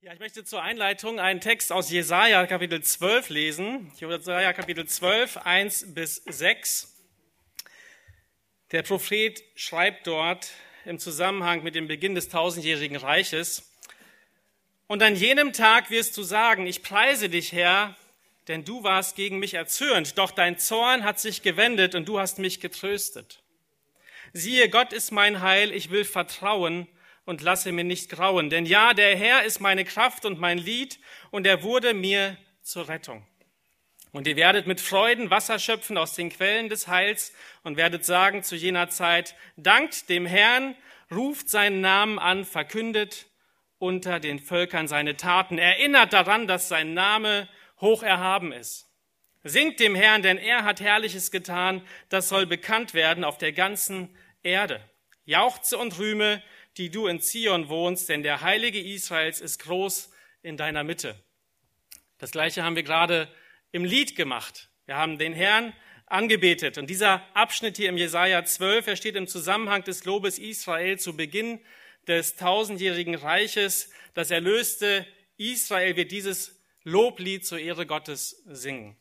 Ja, ich möchte zur Einleitung einen Text aus Jesaja Kapitel 12 lesen. Jesaja Kapitel 12, 1 bis 6. Der Prophet schreibt dort im Zusammenhang mit dem Beginn des tausendjährigen Reiches: Und an jenem Tag wirst du sagen, ich preise dich, Herr, denn du warst gegen mich erzürnt, doch dein Zorn hat sich gewendet und du hast mich getröstet. Siehe, Gott ist mein Heil, ich will vertrauen und lasse mir nicht grauen. Denn ja, der Herr ist meine Kraft und mein Lied, und er wurde mir zur Rettung. Und ihr werdet mit Freuden Wasser schöpfen aus den Quellen des Heils und werdet sagen zu jener Zeit: Dankt dem Herrn, ruft seinen Namen an, verkündet unter den Völkern seine Taten, erinnert daran, dass sein Name hoch erhaben ist. Singt dem Herrn, denn er hat Herrliches getan, das soll bekannt werden auf der ganzen Erde. Jauchze und rühme, die du in Zion wohnst, denn der Heilige Israels ist groß in deiner Mitte. Das Gleiche haben wir gerade im Lied gemacht. Wir haben den Herrn angebetet. Und dieser Abschnitt hier im Jesaja 12, er steht im Zusammenhang des Lobes Israel zu Beginn des tausendjährigen Reiches. Das erlöste Israel wird dieses Loblied zur Ehre Gottes singen.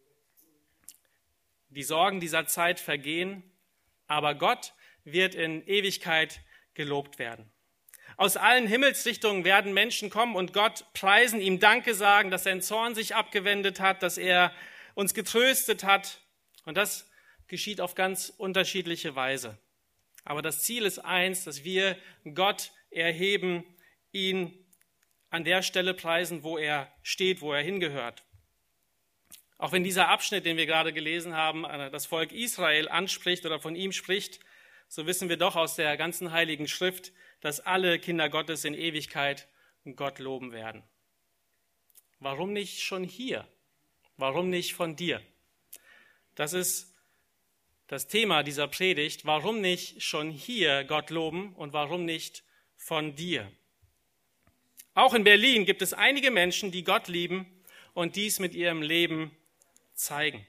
Die Sorgen dieser Zeit vergehen, aber Gott wird in Ewigkeit gelobt werden. Aus allen Himmelsrichtungen werden Menschen kommen und Gott preisen, ihm Danke sagen, dass sein Zorn sich abgewendet hat, dass er uns getröstet hat. Und das geschieht auf ganz unterschiedliche Weise. Aber das Ziel ist eins, dass wir Gott erheben, ihn an der Stelle preisen, wo er steht, wo er hingehört. Auch wenn dieser Abschnitt, den wir gerade gelesen haben, das Volk Israel anspricht oder von ihm spricht, so wissen wir doch aus der ganzen Heiligen Schrift, dass alle Kinder Gottes in Ewigkeit Gott loben werden. Warum nicht schon hier? Warum nicht von dir? Das ist das Thema dieser Predigt. Warum nicht schon hier Gott loben und warum nicht von dir? Auch in Berlin gibt es einige Menschen, die Gott lieben und dies mit ihrem Leben zeigen.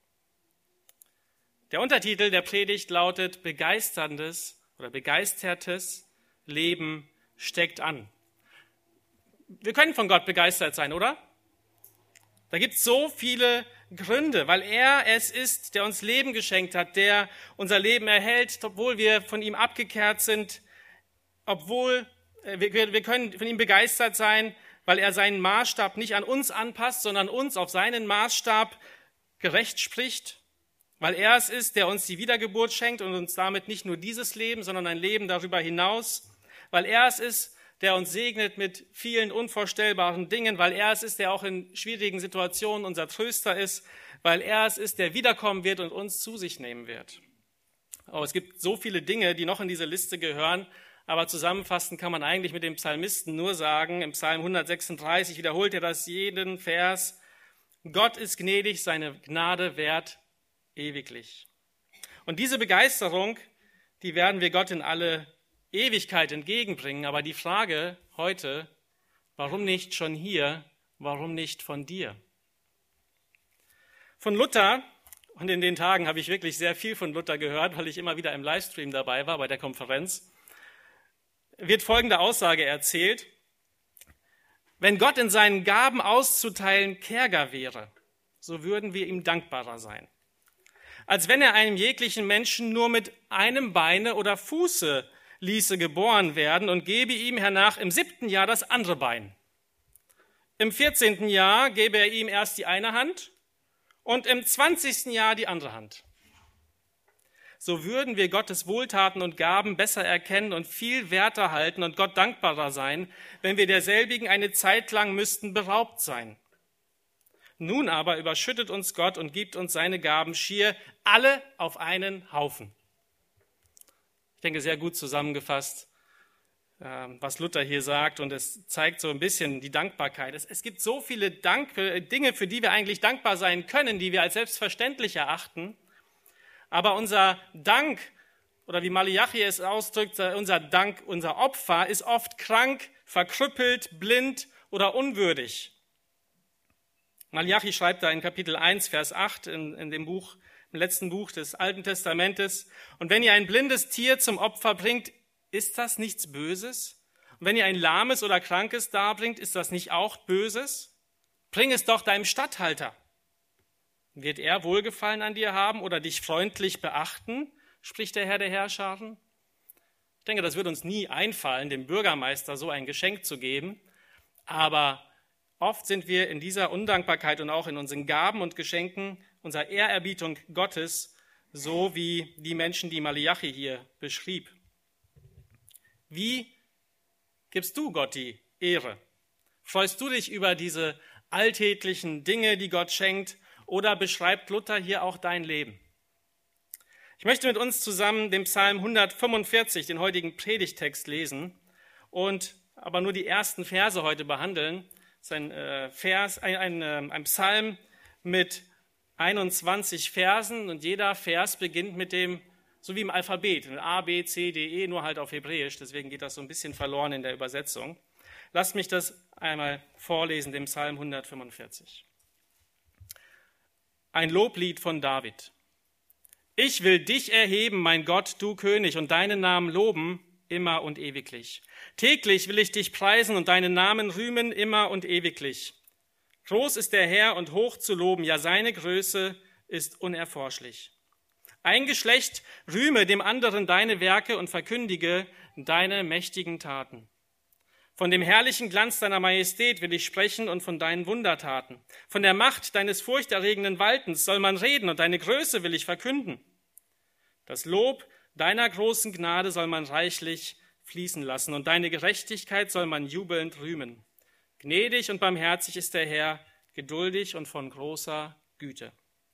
Der Untertitel der Predigt lautet: Begeisterndes oder begeistertes Leben steckt an. Wir können von Gott begeistert sein, oder? Da gibt es so viele Gründe, weil er es ist, der uns Leben geschenkt hat, der unser Leben erhält, obwohl wir von ihm abgekehrt sind, obwohl wir können von ihm begeistert sein, weil er seinen Maßstab nicht an uns anpasst, sondern uns auf seinen Maßstab gerecht spricht. Weil er es ist, der uns die Wiedergeburt schenkt und uns damit nicht nur dieses Leben, sondern ein Leben darüber hinaus. Weil er es ist, der uns segnet mit vielen unvorstellbaren Dingen. Weil er es ist, der auch in schwierigen Situationen unser Tröster ist. Weil er es ist, der wiederkommen wird und uns zu sich nehmen wird. Aber es gibt so viele Dinge, die noch in diese Liste gehören. Aber zusammenfassend kann man eigentlich mit dem Psalmisten nur sagen, im Psalm 136 wiederholt er das jeden Vers: Gott ist gnädig, seine Gnade währt ewiglich. Und diese Begeisterung, die werden wir Gott in alle Ewigkeit entgegenbringen. Aber die Frage heute: Warum nicht schon hier? Warum nicht von dir? Von Luther, und in den Tagen habe ich wirklich sehr viel von Luther gehört, weil ich immer wieder im Livestream dabei war bei der Konferenz, wird folgende Aussage erzählt: Wenn Gott in seinen Gaben auszuteilen kärger wäre, so würden wir ihm dankbarer sein, als wenn er einem jeglichen Menschen nur mit einem Beine oder Fuße ließe geboren werden und gebe ihm hernach im 7. Jahr das andere Bein. Im 14. Jahr gebe er ihm erst die eine Hand und im 20. Jahr die andere Hand. So würden wir Gottes Wohltaten und Gaben besser erkennen und viel werter halten und Gott dankbarer sein, wenn wir derselbigen eine Zeit lang müssten beraubt sein. Nun aber überschüttet uns Gott und gibt uns seine Gaben schier alle auf einen Haufen. Ich denke, sehr gut zusammengefasst, was Luther hier sagt, und es zeigt so ein bisschen die Dankbarkeit. Es gibt so viele Dinge, für die wir eigentlich dankbar sein können, die wir als selbstverständlich erachten, aber unser Dank, oder wie Malachi es ausdrückt, unser Dank, unser Opfer ist oft krank, verkrüppelt, blind oder unwürdig. Malachi schreibt da in Kapitel 1, Vers 8 in dem Buch, im letzten Buch des Alten Testamentes: Und wenn ihr ein blindes Tier zum Opfer bringt, ist das nichts Böses? Und wenn ihr ein Lahmes oder Krankes darbringt, ist das nicht auch Böses? Bring es doch deinem Statthalter. Wird er Wohlgefallen an dir haben oder dich freundlich beachten, spricht der Herr der Heerscharen? Ich denke, das wird uns nie einfallen, dem Bürgermeister so ein Geschenk zu geben. Aber oft sind wir in dieser Undankbarkeit und auch in unseren Gaben und Geschenken, unserer Ehrerbietung Gottes, so wie die Menschen, die Malachi hier beschrieb. Wie gibst du Gott die Ehre? Freust du dich über diese alltäglichen Dinge, die Gott schenkt, oder beschreibt Luther hier auch dein Leben? Ich möchte mit uns zusammen den Psalm 145, den heutigen Predigttext, lesen und aber nur die ersten Verse heute behandeln. Das ist ein Psalm mit 21 Versen und jeder Vers beginnt mit dem, so wie im Alphabet, A, B, C, D, E, nur halt auf Hebräisch, deswegen geht das so ein bisschen verloren in der Übersetzung. Lasst mich das einmal vorlesen, dem Psalm 145. Ein Loblied von David. Ich will dich erheben, mein Gott, du König, und deinen Namen loben, immer und ewiglich. Täglich will ich dich preisen und deinen Namen rühmen, immer und ewiglich. Groß ist der Herr und hoch zu loben, ja, seine Größe ist unerforschlich. Ein Geschlecht rühme dem anderen deine Werke und verkündige deine mächtigen Taten. Von dem herrlichen Glanz deiner Majestät will ich sprechen und von deinen Wundertaten. Von der Macht deines furchterregenden Waltens soll man reden und deine Größe will ich verkünden. Das Lob deiner großen Gnade soll man reichlich fließen lassen und deine Gerechtigkeit soll man jubelnd rühmen. Gnädig und barmherzig ist der Herr, geduldig und von großer Güte.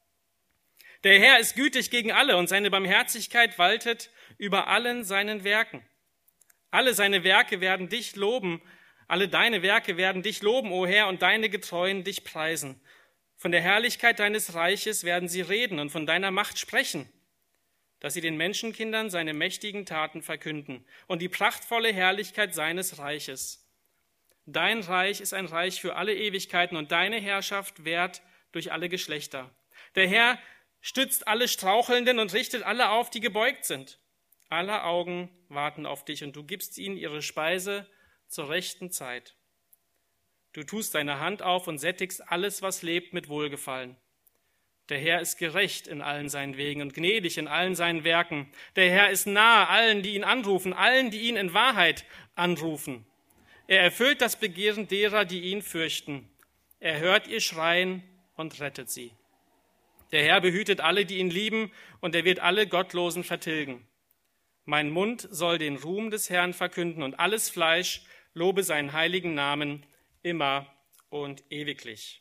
Der Herr ist gütig gegen alle und seine Barmherzigkeit waltet über allen seinen Werken. Alle seine Werke werden dich loben, alle deine Werke werden dich loben, o Herr, und deine Getreuen dich preisen. Von der Herrlichkeit deines Reiches werden sie reden und von deiner Macht sprechen, dass sie den Menschenkindern seine mächtigen Taten verkünden und die prachtvolle Herrlichkeit seines Reiches. Dein Reich ist ein Reich für alle Ewigkeiten und deine Herrschaft währt durch alle Geschlechter. Der Herr stützt alle Strauchelnden und richtet alle auf, die gebeugt sind. Alle Augen warten auf dich und du gibst ihnen ihre Speise zur rechten Zeit. Du tust deine Hand auf und sättigst alles, was lebt, mit Wohlgefallen. Der Herr ist gerecht in allen seinen Wegen und gnädig in allen seinen Werken. Der Herr ist nahe allen, die ihn anrufen, allen, die ihn in Wahrheit anrufen. Er erfüllt das Begehren derer, die ihn fürchten. Er hört ihr Schreien und rettet sie. Der Herr behütet alle, die ihn lieben, und er wird alle Gottlosen vertilgen. Mein Mund soll den Ruhm des Herrn verkünden, und alles Fleisch lobe seinen heiligen Namen immer und ewiglich.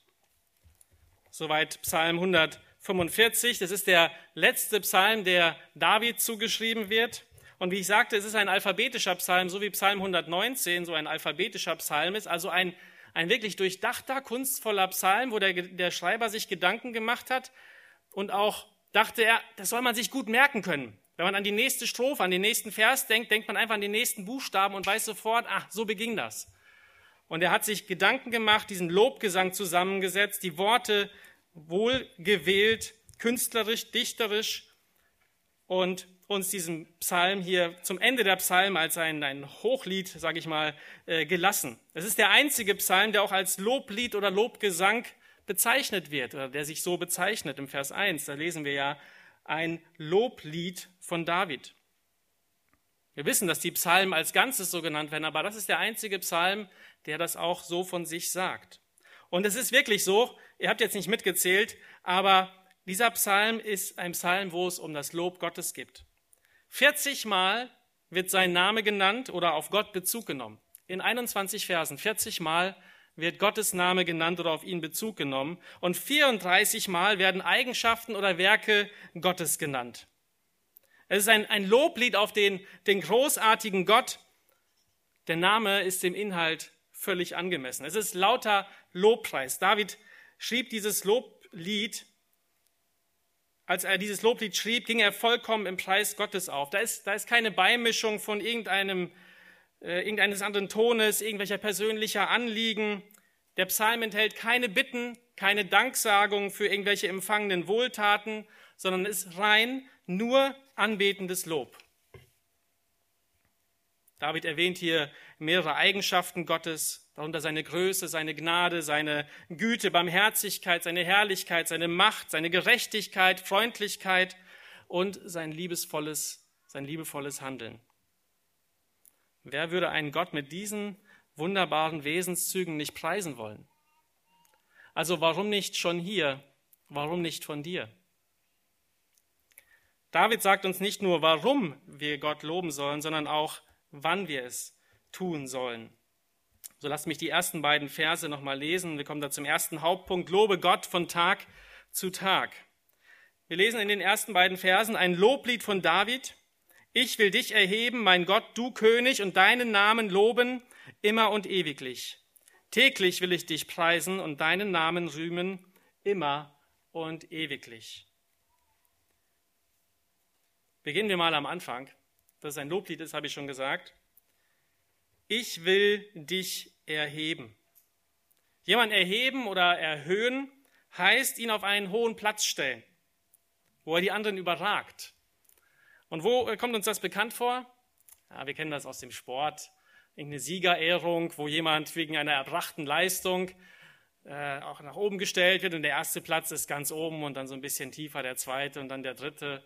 Soweit Psalm 145. Das ist der letzte Psalm, der David zugeschrieben wird. Und wie ich sagte, es ist ein alphabetischer Psalm, so wie Psalm 119 so ein alphabetischer Psalm ist. Also ein wirklich durchdachter, kunstvoller Psalm, wo der Schreiber sich Gedanken gemacht hat und auch dachte, das soll man sich gut merken können. Wenn man an die nächste Strophe, an den nächsten Vers denkt, denkt man einfach an den nächsten Buchstaben und weiß sofort, so beging das. Und er hat sich Gedanken gemacht, diesen Lobgesang zusammengesetzt, die Worte wohlgewählt, künstlerisch, dichterisch und uns diesen Psalm hier zum Ende der Psalmen als ein Hochlied, sage ich mal, gelassen. Es ist der einzige Psalm, der auch als Loblied oder Lobgesang bezeichnet wird, oder der sich so bezeichnet im Vers 1. Da lesen wir ja ein Loblied von David. Wir wissen, dass die Psalmen als Ganzes so genannt werden, aber das ist der einzige Psalm, der das auch so von sich sagt. Und es ist wirklich so, ihr habt jetzt nicht mitgezählt, aber dieser Psalm ist ein Psalm, wo es um das Lob Gottes geht. 40 Mal wird sein Name genannt oder auf Gott Bezug genommen. In 21 Versen, 40 Mal wird Gottes Name genannt oder auf ihn Bezug genommen. Und 34 Mal werden Eigenschaften oder Werke Gottes genannt. Es ist ein Loblied auf den großartigen Gott. Der Name ist dem Inhalt völlig angemessen. Es ist lauter Lobpreis. David schrieb dieses Loblied, als er dieses Loblied schrieb, ging er vollkommen im Preis Gottes auf. Da ist keine Beimischung von irgendeines anderen Tones, irgendwelcher persönlicher Anliegen. Der Psalm enthält keine Bitten, keine Danksagung für irgendwelche empfangenen Wohltaten, sondern ist rein nur anbetendes Lob. David erwähnt hier mehrere Eigenschaften Gottes, darunter seine Größe, seine Gnade, seine Güte, Barmherzigkeit, seine Herrlichkeit, seine Macht, seine Gerechtigkeit, Freundlichkeit und sein liebevolles Handeln. Wer würde einen Gott mit diesen wunderbaren Wesenszügen nicht preisen wollen? Also warum nicht schon hier? Warum nicht von dir? David sagt uns nicht nur, warum wir Gott loben sollen, sondern auch, wann wir es tun sollen. So lasst mich die ersten beiden Verse nochmal lesen. Wir kommen da zum ersten Hauptpunkt. Lobe Gott von Tag zu Tag. Wir lesen in den ersten beiden Versen ein Loblied von David. Ich will dich erheben, mein Gott, du König, und deinen Namen loben, immer und ewiglich. Täglich will ich dich preisen und deinen Namen rühmen, immer und ewiglich. Beginnen wir mal am Anfang. Dass es ein Loblied ist, habe ich schon gesagt. Ich will dich erheben. Jemand erheben oder erhöhen heißt ihn auf einen hohen Platz stellen, wo er die anderen überragt. Und wo kommt uns das bekannt vor? Ja, wir kennen das aus dem Sport. Irgendeine Siegerehrung, wo jemand wegen einer erbrachten Leistung auch nach oben gestellt wird und der erste Platz ist ganz oben und dann so ein bisschen tiefer der zweite und dann der dritte.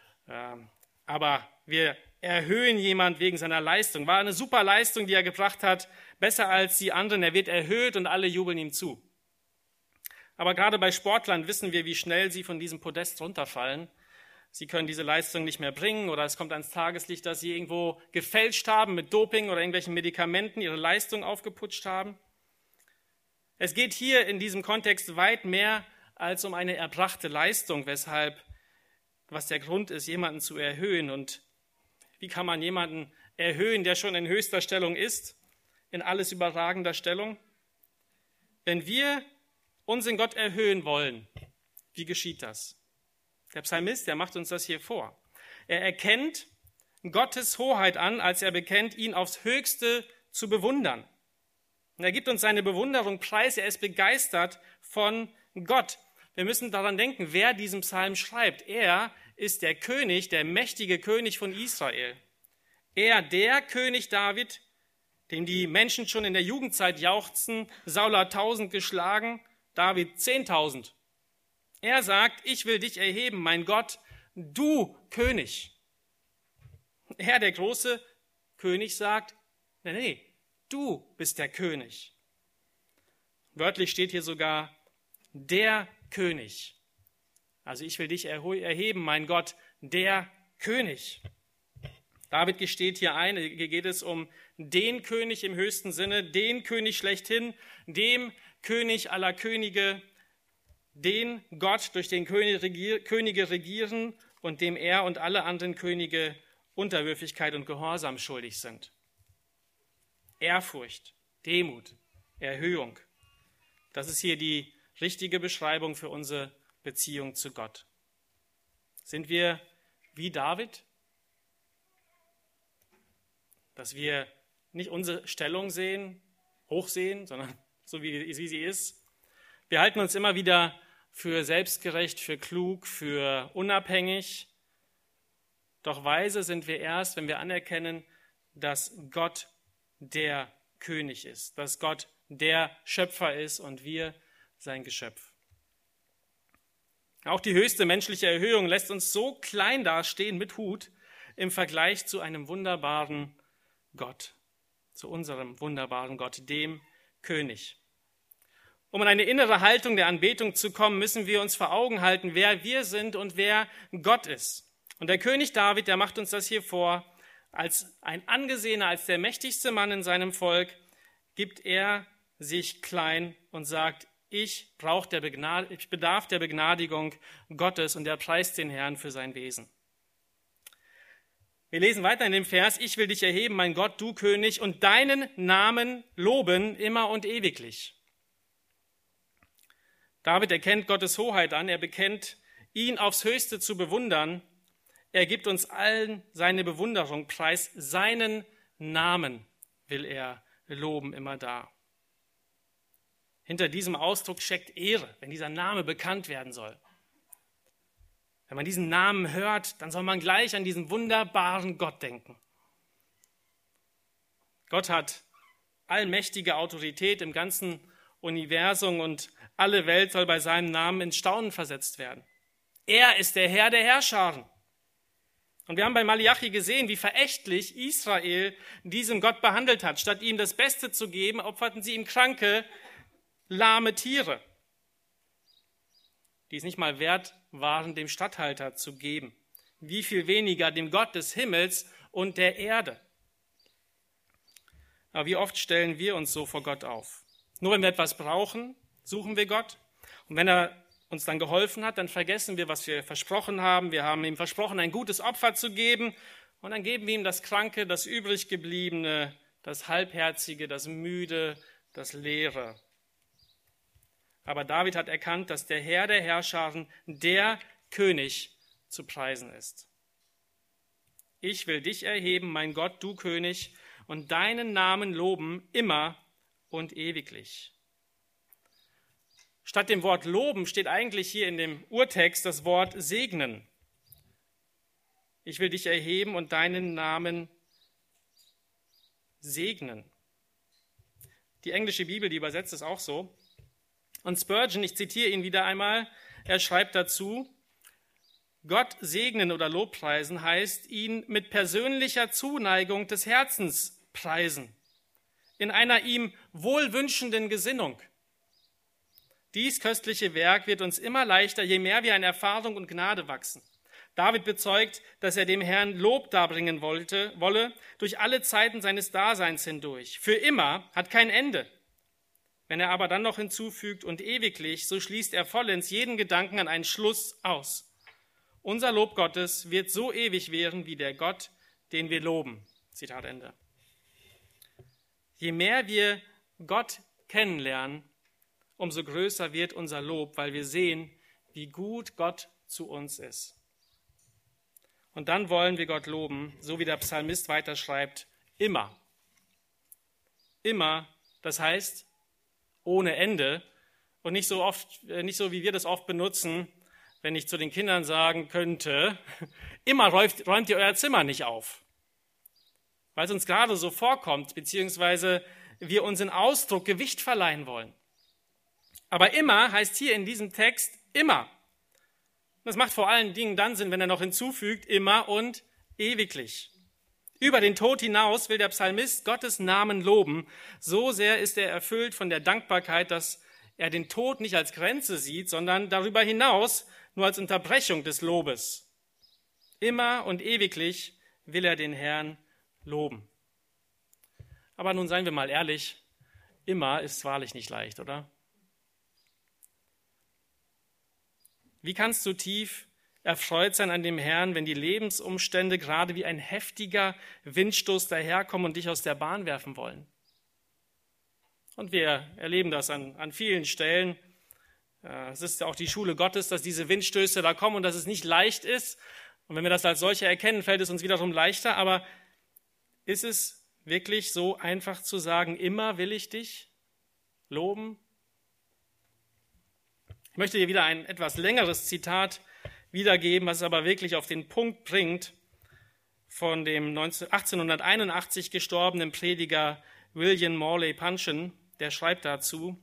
Aber wir erhöhen jemand wegen seiner Leistung. War eine super Leistung, die er gebracht hat, besser als die anderen. Er wird erhöht und alle jubeln ihm zu. Aber gerade bei Sportlern wissen wir, wie schnell sie von diesem Podest runterfallen. Sie können diese Leistung nicht mehr bringen oder es kommt ans Tageslicht, dass sie irgendwo gefälscht haben mit Doping oder irgendwelchen Medikamenten, ihre Leistung aufgeputscht haben. Es geht hier in diesem Kontext weit mehr als um eine erbrachte Leistung, was der Grund ist, jemanden zu erhöhen. Und wie kann man jemanden erhöhen, der schon in höchster Stellung ist, in alles überragender Stellung? Wenn wir uns in Gott erhöhen wollen, wie geschieht das? Der Psalmist, der macht uns das hier vor. Er erkennt Gottes Hoheit an, als er bekennt, ihn aufs Höchste zu bewundern. Und er gibt uns seine Bewunderung preis, er ist begeistert von Gott. Wir müssen daran denken, wer diesen Psalm schreibt. Er ist der König, der mächtige König von Israel. Er, der König David, dem die Menschen schon in der Jugendzeit jauchzen, Saul hat 1000 geschlagen, David 10.000. Er sagt, ich will dich erheben, mein Gott, du König. Er, der große König, sagt, nee, du bist der König. Wörtlich steht hier sogar, der König. Also ich will dich erheben, mein Gott, der König. David gesteht hier ein, hier geht es um den König im höchsten Sinne, den König schlechthin, dem König aller Könige, den Gott, durch den Könige regieren und dem er und alle anderen Könige Unterwürfigkeit und Gehorsam schuldig sind. Ehrfurcht, Demut, Erhöhung. Das ist hier die richtige Beschreibung für unsere Beziehung zu Gott. Sind wir wie David? Dass wir nicht unsere Stellung sehen, hoch sehen, sondern so wie sie ist. Wir halten uns immer wieder für selbstgerecht, für klug, für unabhängig. Doch weise sind wir erst, wenn wir anerkennen, dass Gott der König ist, dass Gott der Schöpfer ist und wir sein Geschöpf. Auch die höchste menschliche Erhöhung lässt uns so klein dastehen mit Hut im Vergleich zu einem wunderbaren Gott, zu unserem wunderbaren Gott, dem König. Um in eine innere Haltung der Anbetung zu kommen, müssen wir uns vor Augen halten, wer wir sind und wer Gott ist. Und der König David, der macht uns das hier vor, als ein angesehener, als der mächtigste Mann in seinem Volk, gibt er sich klein und sagt, ich bedarf der Begnadigung Gottes, und er preist den Herrn für sein Wesen. Wir lesen weiter in dem Vers, ich will dich erheben, mein Gott, du König, und deinen Namen loben immer und ewiglich. David erkennt Gottes Hoheit an, er bekennt, ihn aufs Höchste zu bewundern. Er gibt uns allen seine Bewunderung preis, seinen Namen will er loben immer da. Hinter diesem Ausdruck steckt Ehre, wenn dieser Name bekannt werden soll. Wenn man diesen Namen hört, dann soll man gleich an diesen wunderbaren Gott denken. Gott hat allmächtige Autorität im ganzen Universum und alle Welt soll bei seinem Namen in Staunen versetzt werden. Er ist der Herr der Herrscharen. Und wir haben bei Malachi gesehen, wie verächtlich Israel diesem Gott behandelt hat. Statt ihm das Beste zu geben, opferten sie ihm kranke, lahme Tiere, die es nicht mal wert waren, dem Statthalter zu geben. Wie viel weniger dem Gott des Himmels und der Erde. Aber wie oft stellen wir uns so vor Gott auf? Nur wenn wir etwas brauchen, suchen wir Gott. Und wenn er uns dann geholfen hat, dann vergessen wir, was wir versprochen haben. Wir haben ihm versprochen, ein gutes Opfer zu geben. Und dann geben wir ihm das Kranke, das Übriggebliebene, das Halbherzige, das Müde, das Leere. Aber David hat erkannt, dass der Herr der Herrscharen der König zu preisen ist. Ich will dich erheben, mein Gott, du König, und deinen Namen loben immer und ewiglich. Statt dem Wort loben steht eigentlich hier in dem Urtext das Wort segnen. Ich will dich erheben und deinen Namen segnen. Die englische Bibel, die übersetzt es auch so. Und Spurgeon, ich zitiere ihn wieder einmal, er schreibt dazu, Gott segnen oder Lobpreisen heißt, ihn mit persönlicher Zuneigung des Herzens preisen, in einer ihm wohlwünschenden Gesinnung. Dies köstliche Werk wird uns immer leichter, je mehr wir an Erfahrung und Gnade wachsen. David bezeugt, dass er dem Herrn Lob darbringen wolle, durch alle Zeiten seines Daseins hindurch. Für immer hat kein Ende. Wenn er aber dann noch hinzufügt und ewiglich, so schließt er vollends jeden Gedanken an einen Schluss aus. Unser Lob Gottes wird so ewig werden wie der Gott, den wir loben. Zitat Ende. Je mehr wir Gott kennenlernen, umso größer wird unser Lob, weil wir sehen, wie gut Gott zu uns ist. Und dann wollen wir Gott loben, so wie der Psalmist weiterschreibt, immer. Immer, das heißt ohne Ende und nicht so wie wir das oft benutzen, wenn ich zu den Kindern sagen könnte, immer räumt ihr euer Zimmer nicht auf. Weil es uns gerade so vorkommt, beziehungsweise wir uns in Ausdruck Gewicht verleihen wollen. Aber immer heißt hier in diesem Text immer. Das macht vor allen Dingen dann Sinn, wenn er noch hinzufügt, immer und ewiglich. Über den Tod hinaus will der Psalmist Gottes Namen loben. So sehr ist er erfüllt von der Dankbarkeit, dass er den Tod nicht als Grenze sieht, sondern darüber hinaus nur als Unterbrechung des Lobes. Immer und ewiglich will er den Herrn loben. Aber nun seien wir mal ehrlich, immer ist wahrlich nicht leicht, oder? Wie kannst du tief erfreut sein an dem Herrn, wenn die Lebensumstände gerade wie ein heftiger Windstoß daherkommen und dich aus der Bahn werfen wollen? Und wir erleben das an vielen Stellen. Es ist ja auch die Schule Gottes, dass diese Windstöße da kommen und dass es nicht leicht ist. Und wenn wir das als solche erkennen, fällt es uns wiederum leichter. Aber ist es wirklich so einfach zu sagen, immer will ich dich loben? Ich möchte dir wieder ein etwas längeres Zitat wiedergeben, was es aber wirklich auf den Punkt bringt, von dem 1881 gestorbenen Prediger William Morley Punchen. Der schreibt dazu: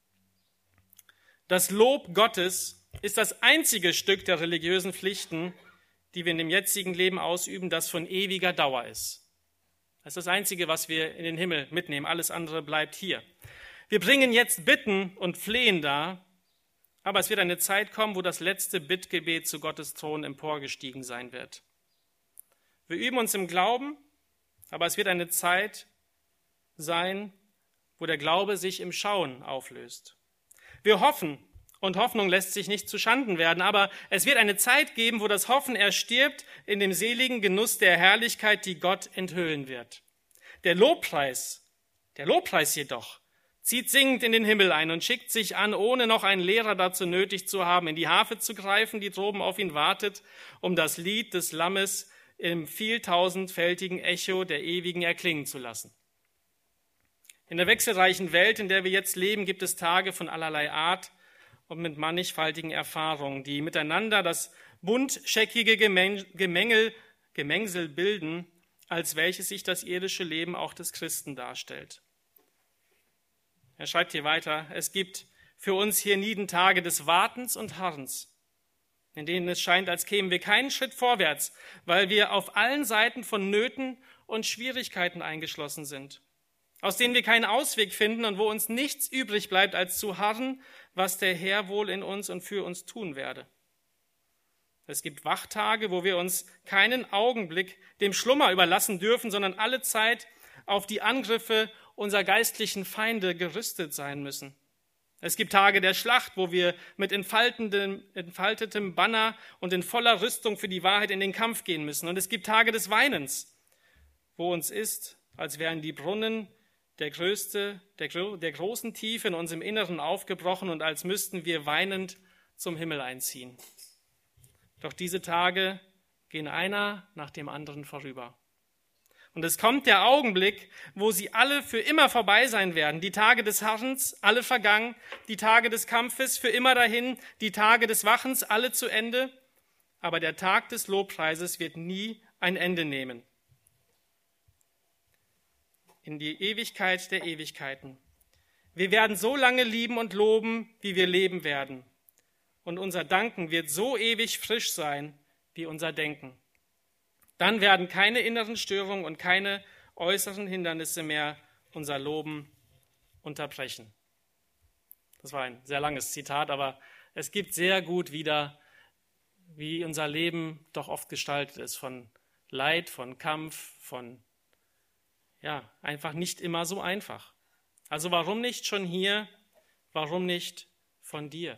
Das Lob Gottes ist das einzige Stück der religiösen Pflichten, die wir in dem jetzigen Leben ausüben, das von ewiger Dauer ist. Das ist das Einzige, was wir in den Himmel mitnehmen. Alles andere bleibt hier. Wir bringen jetzt Bitten und Flehen dar, aber es wird eine Zeit kommen, wo das letzte Bittgebet zu Gottes Thron emporgestiegen sein wird. Wir üben uns im Glauben, aber es wird eine Zeit sein, wo der Glaube sich im Schauen auflöst. Wir hoffen, und Hoffnung lässt sich nicht zu Schanden werden, aber es wird eine Zeit geben, wo das Hoffen erstirbt in dem seligen Genuss der Herrlichkeit, die Gott enthüllen wird. Der Lobpreis jedoch zieht singend in den Himmel ein und schickt sich an, ohne noch einen Lehrer dazu nötig zu haben, in die Harfe zu greifen, die droben auf ihn wartet, um das Lied des Lammes im vieltausendfältigen Echo der Ewigen erklingen zu lassen. In der wechselreichen Welt, in der wir jetzt leben, gibt es Tage von allerlei Art und mit mannigfaltigen Erfahrungen, die miteinander das buntscheckige Gemengsel bilden, als welches sich das irdische Leben auch des Christen darstellt. Er schreibt hier weiter, es gibt für uns hier Tage des Wartens und Harrens, in denen es scheint, als kämen wir keinen Schritt vorwärts, weil wir auf allen Seiten von Nöten und Schwierigkeiten eingeschlossen sind, aus denen wir keinen Ausweg finden und wo uns nichts übrig bleibt, als zu harren, was der Herr wohl in uns und für uns tun werde. Es gibt Wachtage, wo wir uns keinen Augenblick dem Schlummer überlassen dürfen, sondern alle Zeit auf die Angriffe unserer geistlichen Feinde gerüstet sein müssen. Es gibt Tage der Schlacht, wo wir mit entfaltetem Banner und in voller Rüstung für die Wahrheit in den Kampf gehen müssen. Und es gibt Tage des Weinens, wo uns ist, als wären die Brunnen der großen Tiefe in unserem Inneren aufgebrochen und als müssten wir weinend zum Himmel einziehen. Doch diese Tage gehen einer nach dem anderen vorüber. Und es kommt der Augenblick, wo sie alle für immer vorbei sein werden. Die Tage des Harrens, alle vergangen. Die Tage des Kampfes, für immer dahin. Die Tage des Wachens, alle zu Ende. Aber der Tag des Lobpreises wird nie ein Ende nehmen. In die Ewigkeit der Ewigkeiten. Wir werden so lange lieben und loben, wie wir leben werden. Und unser Danken wird so ewig frisch sein, wie unser Denken. Dann werden keine inneren Störungen und keine äußeren Hindernisse mehr unser Loben unterbrechen. Das war ein sehr langes Zitat, aber es gibt sehr gut wieder, wie unser Leben doch oft gestaltet ist, von Leid, von Kampf, von einfach nicht immer so einfach. Also warum nicht schon hier, warum nicht von dir?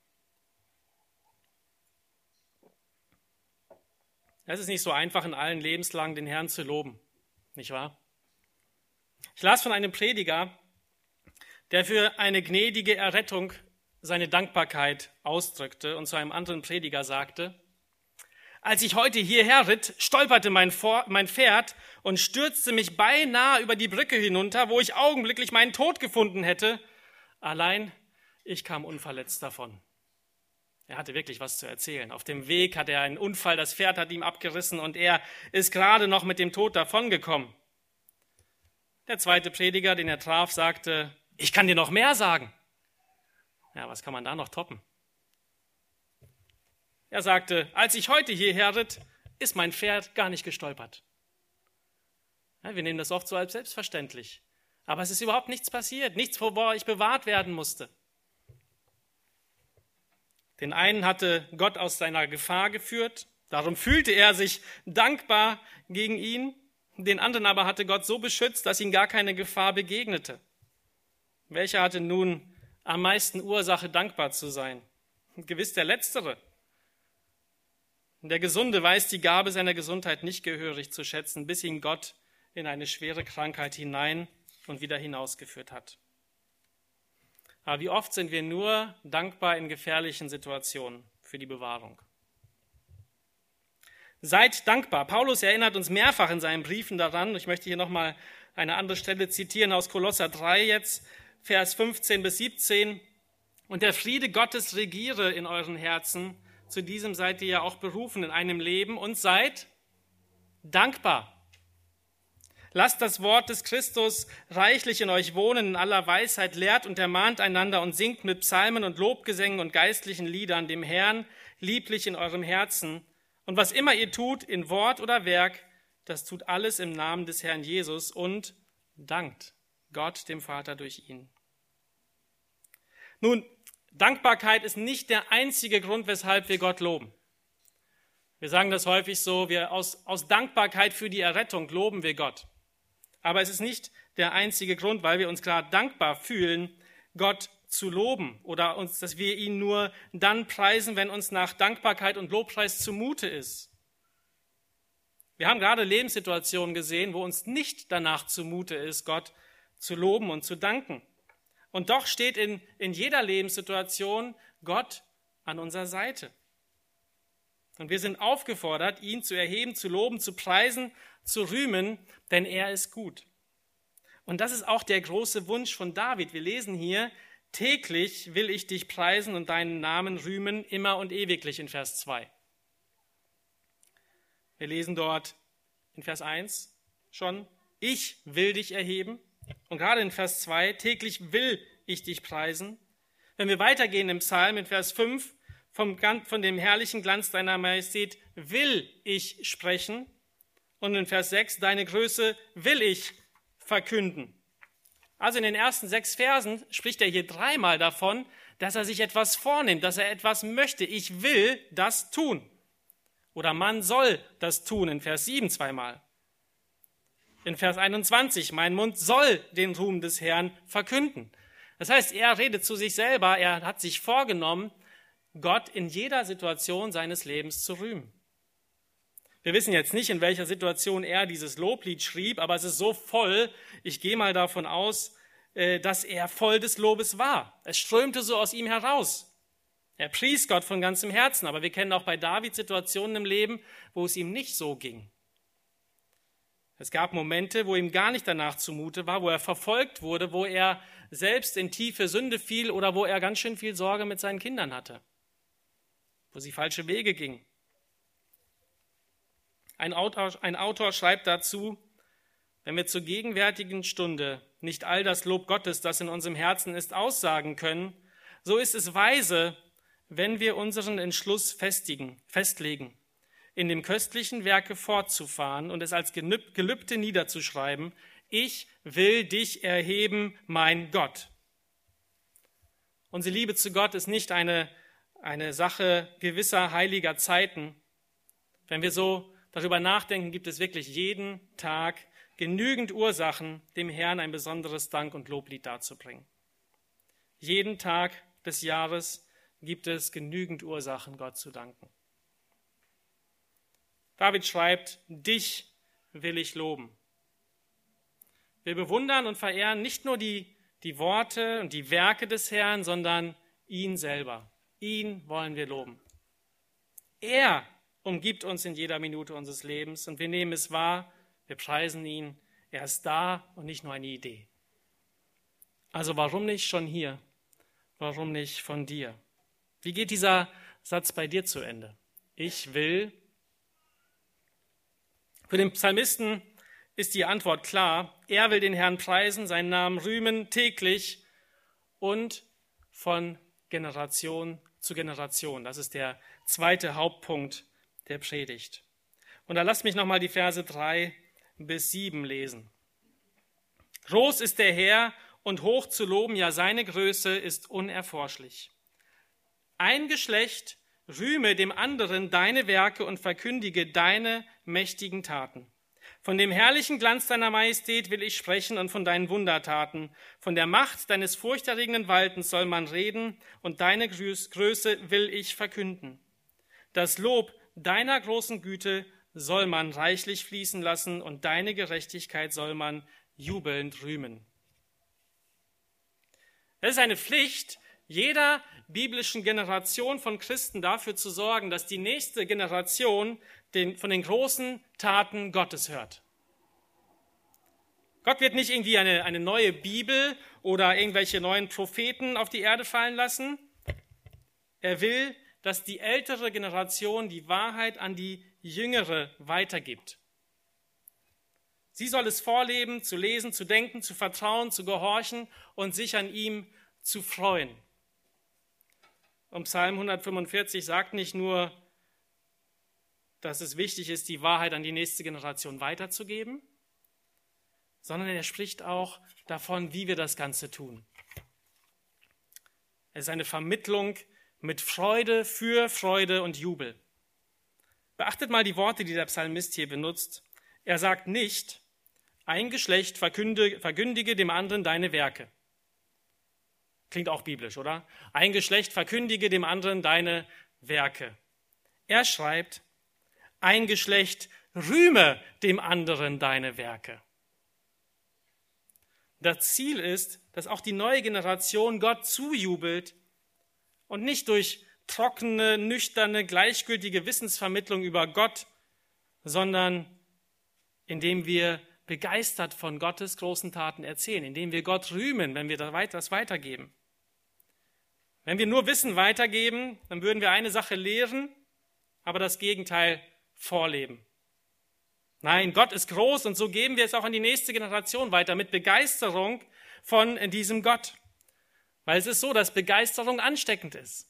Es ist nicht so einfach, in allen Lebenslagen den Herrn zu loben, nicht wahr? Ich las von einem Prediger, der für eine gnädige Errettung seine Dankbarkeit ausdrückte und zu einem anderen Prediger sagte, als ich heute hierher ritt, stolperte mein Pferd und stürzte mich beinahe über die Brücke hinunter, wo ich augenblicklich meinen Tod gefunden hätte. Allein ich kam unverletzt davon. Er hatte wirklich was zu erzählen. Auf dem Weg hatte er einen Unfall, das Pferd hat ihm abgerissen und er ist gerade noch mit dem Tod davongekommen. Der zweite Prediger, den er traf, sagte, ich kann dir noch mehr sagen. Ja, was kann man da noch toppen? Er sagte, als ich heute hierher ritt, ist mein Pferd gar nicht gestolpert. Ja, wir nehmen das oft so als selbstverständlich. Aber es ist überhaupt nichts passiert, nichts, wovor ich bewahrt werden musste. Den einen hatte Gott aus seiner Gefahr geführt, darum fühlte er sich dankbar gegen ihn. Den anderen aber hatte Gott so beschützt, dass ihm gar keine Gefahr begegnete. Welcher hatte nun am meisten Ursache, dankbar zu sein? Gewiss der Letztere. Der Gesunde weiß die Gabe seiner Gesundheit nicht gehörig zu schätzen, bis ihn Gott in eine schwere Krankheit hinein und wieder hinausgeführt hat. Aber wie oft sind wir nur dankbar in gefährlichen Situationen für die Bewahrung? Seid dankbar. Paulus erinnert uns mehrfach in seinen Briefen daran. Ich möchte hier nochmal eine andere Stelle zitieren aus Kolosser 3 jetzt, Vers 15 bis 17. Und der Friede Gottes regiere in euren Herzen. Zu diesem seid ihr ja auch berufen in einem Leben und seid dankbar. Lasst das Wort des Christus reichlich in euch wohnen, in aller Weisheit, lehrt und ermahnt einander und singt mit Psalmen und Lobgesängen und geistlichen Liedern dem Herrn lieblich in eurem Herzen. Und was immer ihr tut, in Wort oder Werk, das tut alles im Namen des Herrn Jesus und dankt Gott dem Vater durch ihn. Nun, Dankbarkeit ist nicht der einzige Grund, weshalb wir Gott loben. Wir sagen das häufig so, aus Dankbarkeit für die Errettung loben wir Gott. Aber es ist nicht der einzige Grund, weil wir uns gerade dankbar fühlen, Gott zu loben oder dass wir ihn nur dann preisen, wenn uns nach Dankbarkeit und Lobpreis zumute ist. Wir haben gerade Lebenssituationen gesehen, wo uns nicht danach zumute ist, Gott zu loben und zu danken. Und doch steht in jeder Lebenssituation Gott an unserer Seite. Und wir sind aufgefordert, ihn zu erheben, zu loben, zu preisen, zu rühmen, denn er ist gut. Und das ist auch der große Wunsch von David. Wir lesen hier, täglich will ich dich preisen und deinen Namen rühmen, immer und ewiglich in Vers 2. Wir lesen dort in Vers 1, schon, ich will dich erheben. Und gerade in Vers 2, täglich will ich dich preisen. Wenn wir weitergehen im Psalm in Vers 5, von dem herrlichen Glanz deiner Majestät will ich sprechen. Und in Vers 6, deine Größe will ich verkünden. Also in den ersten 6 Versen spricht er hier 3-mal davon, dass er sich etwas vornimmt, dass er etwas möchte. Ich will das tun. Oder man soll das tun, in Vers 7 2-mal. In Vers 21, mein Mund soll den Ruhm des Herrn verkünden. Das heißt, er redet zu sich selber, er hat sich vorgenommen, Gott in jeder Situation seines Lebens zu rühmen. Wir wissen jetzt nicht, in welcher Situation er dieses Loblied schrieb, aber es ist so voll, ich gehe mal davon aus, dass er voll des Lobes war. Es strömte so aus ihm heraus. Er pries Gott von ganzem Herzen, aber wir kennen auch bei David Situationen im Leben, wo es ihm nicht so ging. Es gab Momente, wo ihm gar nicht danach zumute war, wo er verfolgt wurde, wo er selbst in tiefe Sünde fiel oder wo er ganz schön viel Sorge mit seinen Kindern hatte, wo sie falsche Wege gingen. Ein Autor schreibt dazu, wenn wir zur gegenwärtigen Stunde nicht all das Lob Gottes, das in unserem Herzen ist, aussagen können, so ist es weise, wenn wir unseren Entschluss festlegen, in dem köstlichen Werke fortzufahren und es als Gelübde niederzuschreiben, ich will dich erheben, mein Gott. Unsere Liebe zu Gott ist nicht eine Sache gewisser heiliger Zeiten. Wenn wir so darüber nachdenken, gibt es wirklich jeden Tag genügend Ursachen, dem Herrn ein besonderes Dank- und Loblied darzubringen. Jeden Tag des Jahres gibt es genügend Ursachen, Gott zu danken. David schreibt, dich will ich loben. Wir bewundern und verehren nicht nur die Worte und die Werke des Herrn, sondern ihn selber. Ihn wollen wir loben. Er umgibt uns in jeder Minute unseres Lebens und wir nehmen es wahr, wir preisen ihn, er ist da und nicht nur eine Idee. Also warum nicht schon hier? Warum nicht von dir? Wie geht dieser Satz bei dir zu Ende? Ich will. Für den Psalmisten ist die Antwort klar. Er will den Herrn preisen, seinen Namen rühmen täglich und von Generation zu Generation. Das ist der zweite Hauptpunkt der Predigt. Und da lasst mich nochmal die Verse 3-7 lesen. Groß ist der Herr und hoch zu loben, ja seine Größe ist unerforschlich. Ein Geschlecht rühme dem anderen deine Werke und verkündige deine mächtigen Taten. Von dem herrlichen Glanz deiner Majestät will ich sprechen und von deinen Wundertaten. Von der Macht deines furchterregenden Waltens soll man reden und deine Größe will ich verkünden. Das Lob deiner großen Güte soll man reichlich fließen lassen und deine Gerechtigkeit soll man jubelnd rühmen. Es ist eine Pflicht jeder biblischen Generation von Christen dafür zu sorgen, dass die nächste Generation von den großen Taten Gottes hört. Gott wird nicht irgendwie eine neue Bibel oder irgendwelche neuen Propheten auf die Erde fallen lassen. Er will, dass die ältere Generation die Wahrheit an die jüngere weitergibt. Sie soll es vorleben, zu lesen, zu denken, zu vertrauen, zu gehorchen und sich an ihm zu freuen. Und Psalm 145 sagt nicht nur, dass es wichtig ist, die Wahrheit an die nächste Generation weiterzugeben, sondern er spricht auch davon, wie wir das Ganze tun. Es ist eine Vermittlung mit Freude, für Freude und Jubel. Beachtet mal die Worte, die der Psalmist hier benutzt. Er sagt nicht, ein Geschlecht verkündige dem anderen deine Werke. Klingt auch biblisch, oder? Ein Geschlecht verkündige dem anderen deine Werke. Er schreibt, ein Geschlecht rühme dem anderen deine Werke. Das Ziel ist, dass auch die neue Generation Gott zujubelt und nicht durch trockene, nüchterne, gleichgültige Wissensvermittlung über Gott, sondern indem wir begeistert von Gottes großen Taten erzählen, indem wir Gott rühmen, wenn wir das weitergeben. Wenn wir nur Wissen weitergeben, dann würden wir eine Sache lehren, aber das Gegenteil vorleben. Nein, Gott ist groß und so geben wir es auch an die nächste Generation weiter mit Begeisterung von diesem Gott. Weil es ist so, dass Begeisterung ansteckend ist.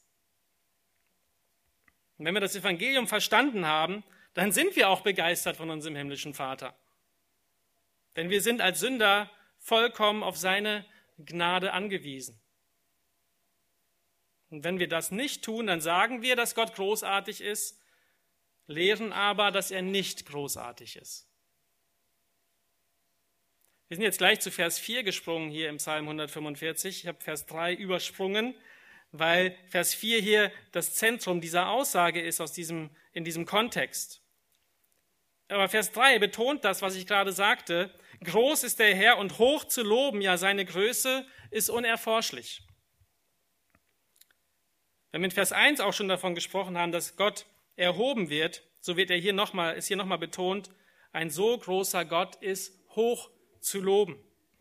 Und wenn wir das Evangelium verstanden haben, dann sind wir auch begeistert von unserem himmlischen Vater. Denn wir sind als Sünder vollkommen auf seine Gnade angewiesen. Und wenn wir das nicht tun, dann sagen wir, dass Gott großartig ist, lehren aber, dass er nicht großartig ist. Wir sind jetzt gleich zu Vers 4 gesprungen hier im Psalm 145. Ich habe Vers 3 übersprungen, weil Vers 4 hier das Zentrum dieser Aussage ist in diesem Kontext. Aber Vers 3 betont das, was ich gerade sagte. Groß ist der Herr und hoch zu loben, ja, seine Größe ist unerforschlich. Wenn wir in Vers 1 auch schon davon gesprochen haben, dass Gott erhoben wird, so ist hier nochmal betont, ein so großer Gott ist hoch zu loben.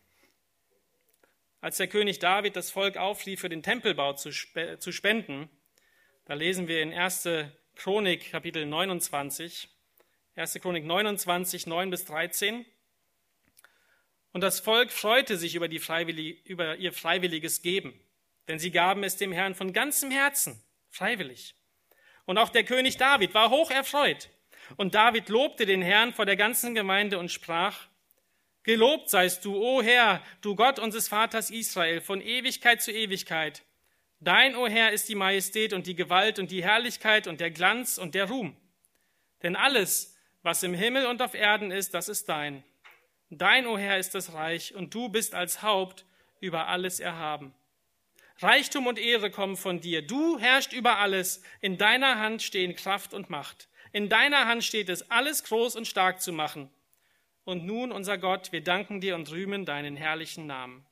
Als der König David das Volk aufrief, für den Tempelbau zu spenden, da lesen wir in 1. Chronik, Kapitel 29, 1. Chronik 29, 9 bis 13. Und das Volk freute sich über ihr freiwilliges Geben, denn sie gaben es dem Herrn von ganzem Herzen, freiwillig. Und auch der König David war hoch erfreut. Und David lobte den Herrn vor der ganzen Gemeinde und sprach: Gelobt seist du, o Herr, du Gott unseres Vaters Israel, von Ewigkeit zu Ewigkeit. Dein, o Herr, ist die Majestät und die Gewalt und die Herrlichkeit und der Glanz und der Ruhm. Denn alles, was im Himmel und auf Erden ist, das ist dein. Dein, o Herr, ist das Reich, und du bist als Haupt über alles erhaben. Reichtum und Ehre kommen von dir. Du herrschst über alles. In deiner Hand stehen Kraft und Macht. In deiner Hand steht es, alles groß und stark zu machen. Und nun, unser Gott, wir danken dir und rühmen deinen herrlichen Namen.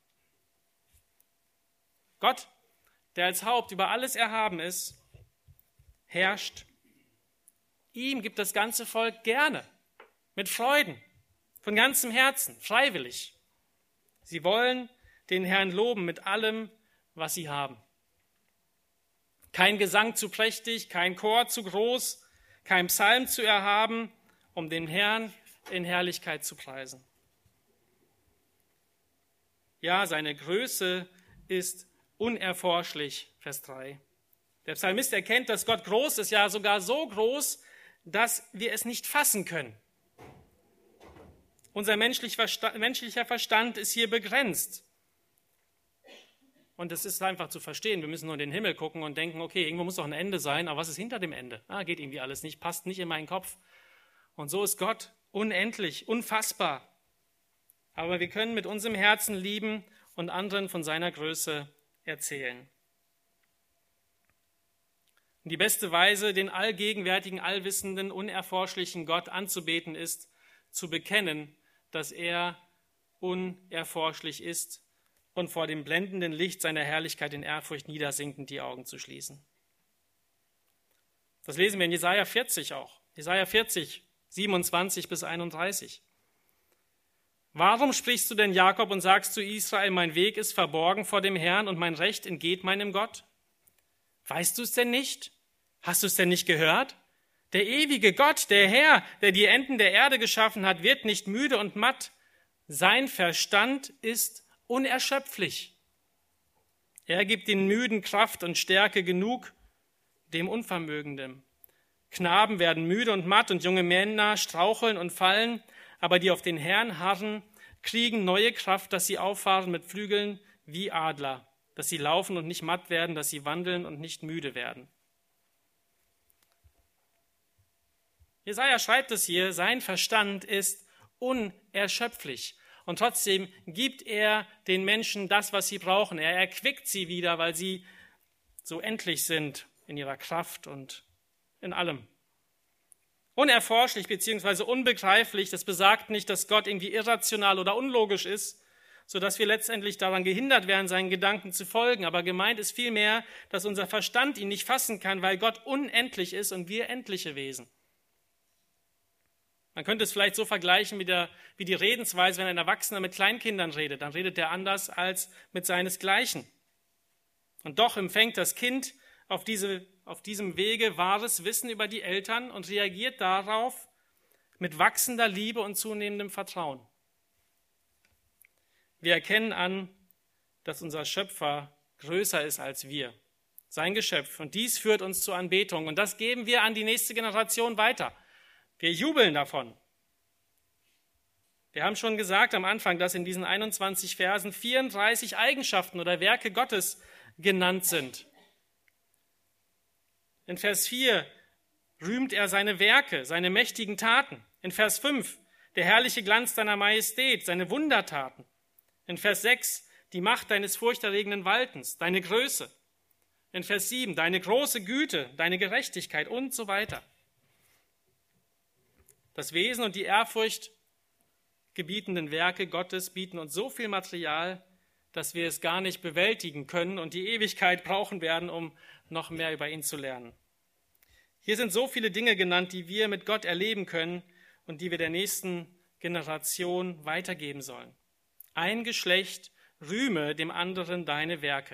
Gott, der als Haupt über alles erhaben ist, herrscht. Ihm gibt das ganze Volk gerne, mit Freuden, von ganzem Herzen, freiwillig. Sie wollen den Herrn loben mit allem, was sie haben. Kein Gesang zu prächtig, kein Chor zu groß, kein Psalm zu erhaben, um den Herrn in Herrlichkeit zu preisen. Ja, seine Größe ist unerforschlich, Vers 3. Der Psalmist erkennt, dass Gott groß ist, ja sogar so groß, dass wir es nicht fassen können. Unser menschlicher Verstand ist hier begrenzt. Und das ist einfach zu verstehen. Wir müssen nur in den Himmel gucken und denken, okay, irgendwo muss doch ein Ende sein, aber was ist hinter dem Ende? Geht irgendwie alles nicht, passt nicht in meinen Kopf. Und so ist Gott unendlich, unfassbar. Aber wir können mit unserem Herzen lieben und anderen von seiner Größe erzählen. Und die beste Weise, den allgegenwärtigen, allwissenden, unerforschlichen Gott anzubeten, ist, zu bekennen, dass er unerforschlich ist und vor dem blendenden Licht seiner Herrlichkeit in Ehrfurcht niedersinkend die Augen zu schließen. Das lesen wir in Jesaja 40 auch. Jesaja 40, 27 bis 31. Warum sprichst du denn, Jakob, und sagst zu Israel, mein Weg ist verborgen vor dem Herrn und mein Recht entgeht meinem Gott? Weißt du es denn nicht? Hast du es denn nicht gehört? Der ewige Gott, der Herr, der die Enden der Erde geschaffen hat, wird nicht müde und matt. Sein Verstand ist unerschöpflich. Er gibt den Müden Kraft und Stärke genug, dem Unvermögenden. Knaben werden müde und matt und junge Männer straucheln und fallen, aber die auf den Herrn harren, kriegen neue Kraft, dass sie auffahren mit Flügeln wie Adler, dass sie laufen und nicht matt werden, dass sie wandeln und nicht müde werden. Jesaja schreibt es hier, sein Verstand ist unerschöpflich. Und trotzdem gibt er den Menschen das, was sie brauchen. Er erquickt sie wieder, weil sie so endlich sind in ihrer Kraft und in allem. Unerforschlich bzw. unbegreiflich, das besagt nicht, dass Gott irgendwie irrational oder unlogisch ist, sodass wir letztendlich daran gehindert werden, seinen Gedanken zu folgen. Aber gemeint ist vielmehr, dass unser Verstand ihn nicht fassen kann, weil Gott unendlich ist und wir endliche Wesen. Man könnte es vielleicht so vergleichen wie die Redensweise, wenn ein Erwachsener mit Kleinkindern redet. Dann redet er anders als mit seinesgleichen. Und doch empfängt das Kind auf diesem Wege wahres Wissen über die Eltern und reagiert darauf mit wachsender Liebe und zunehmendem Vertrauen. Wir erkennen an, dass unser Schöpfer größer ist als wir, sein Geschöpf. Und dies führt uns zur Anbetung. Und das geben wir an die nächste Generation weiter. Wir jubeln davon. Wir haben schon gesagt am Anfang, dass in diesen 21 Versen 34 Eigenschaften oder Werke Gottes genannt sind. In Vers 4 rühmt er seine Werke, seine mächtigen Taten. In Vers 5 der herrliche Glanz deiner Majestät, seine Wundertaten. In Vers 6 die Macht deines furchterregenden Waltens, deine Größe. In Vers 7 deine große Güte, deine Gerechtigkeit und so weiter. Das Wesen und die Ehrfurcht gebietenden Werke Gottes bieten uns so viel Material, dass wir es gar nicht bewältigen können und die Ewigkeit brauchen werden, um noch mehr über ihn zu lernen. Hier sind so viele Dinge genannt, die wir mit Gott erleben können und die wir der nächsten Generation weitergeben sollen. Ein Geschlecht rühme dem anderen deine Werke.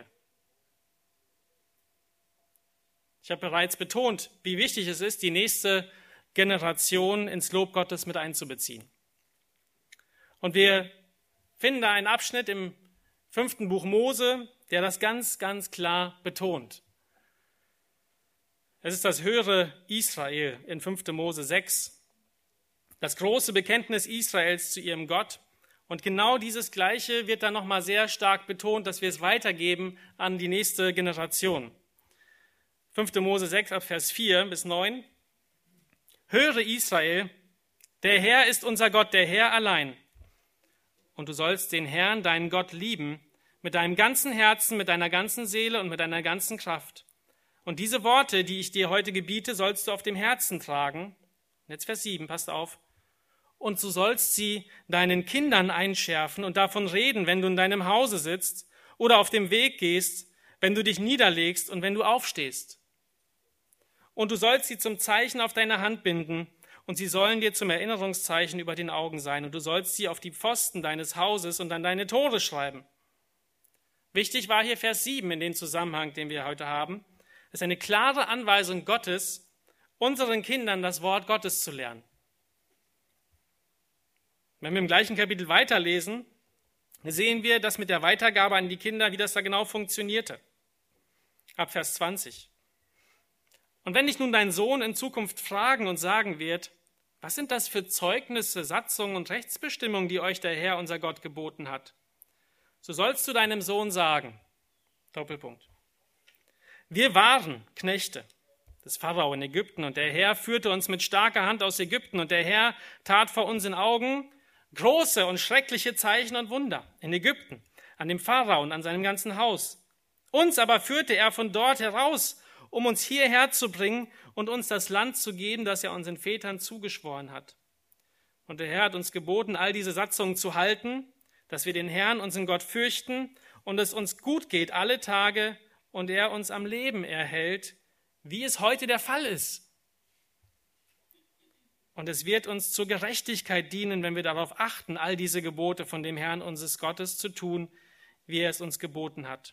Ich habe bereits betont, wie wichtig es ist, die nächste Generation ins Lob Gottes mit einzubeziehen. Und wir finden da einen Abschnitt im 5. Buch Mose, der das ganz, ganz klar betont. Es ist das höhere Israel in 5. Mose 6, das große Bekenntnis Israels zu ihrem Gott. Und genau dieses Gleiche wird dann nochmal sehr stark betont, dass wir es weitergeben an die nächste Generation. 5. Mose 6 ab Vers 4 bis 9. Höre Israel, der Herr ist unser Gott, der Herr allein. Und du sollst den Herrn, deinen Gott, lieben, mit deinem ganzen Herzen, mit deiner ganzen Seele und mit deiner ganzen Kraft. Und diese Worte, die ich dir heute gebiete, sollst du auf dem Herzen tragen. Und jetzt Vers 7, passt auf. Und du sollst sie deinen Kindern einschärfen und davon reden, wenn du in deinem Hause sitzt oder auf dem Weg gehst, wenn du dich niederlegst und wenn du aufstehst. Und du sollst sie zum Zeichen auf deine Hand binden, und sie sollen dir zum Erinnerungszeichen über den Augen sein. Und du sollst sie auf die Pfosten deines Hauses und an deine Tore schreiben. Wichtig war hier Vers 7 in dem Zusammenhang, den wir heute haben. Es ist eine klare Anweisung Gottes, unseren Kindern das Wort Gottes zu lernen. Wenn wir im gleichen Kapitel weiterlesen, sehen wir, dass mit der Weitergabe an die Kinder, wie das da genau funktionierte. Ab Vers 20. Und wenn dich nun dein Sohn in Zukunft fragen und sagen wird, was sind das für Zeugnisse, Satzungen und Rechtsbestimmungen, die euch der Herr, unser Gott, geboten hat? So sollst du deinem Sohn sagen, Doppelpunkt, wir waren Knechte des Pharao in Ägypten und der Herr führte uns mit starker Hand aus Ägypten und der Herr tat vor unseren Augen große und schreckliche Zeichen und Wunder in Ägypten, an dem Pharao und an seinem ganzen Haus. Uns aber führte er von dort heraus, um uns hierher zu bringen und uns das Land zu geben, das er unseren Vätern zugeschworen hat. Und der Herr hat uns geboten, all diese Satzungen zu halten, dass wir den Herrn, unseren Gott, fürchten und es uns gut geht alle Tage und er uns am Leben erhält, wie es heute der Fall ist. Und es wird uns zur Gerechtigkeit dienen, wenn wir darauf achten, all diese Gebote von dem Herrn, unseres Gottes, zu tun, wie er es uns geboten hat.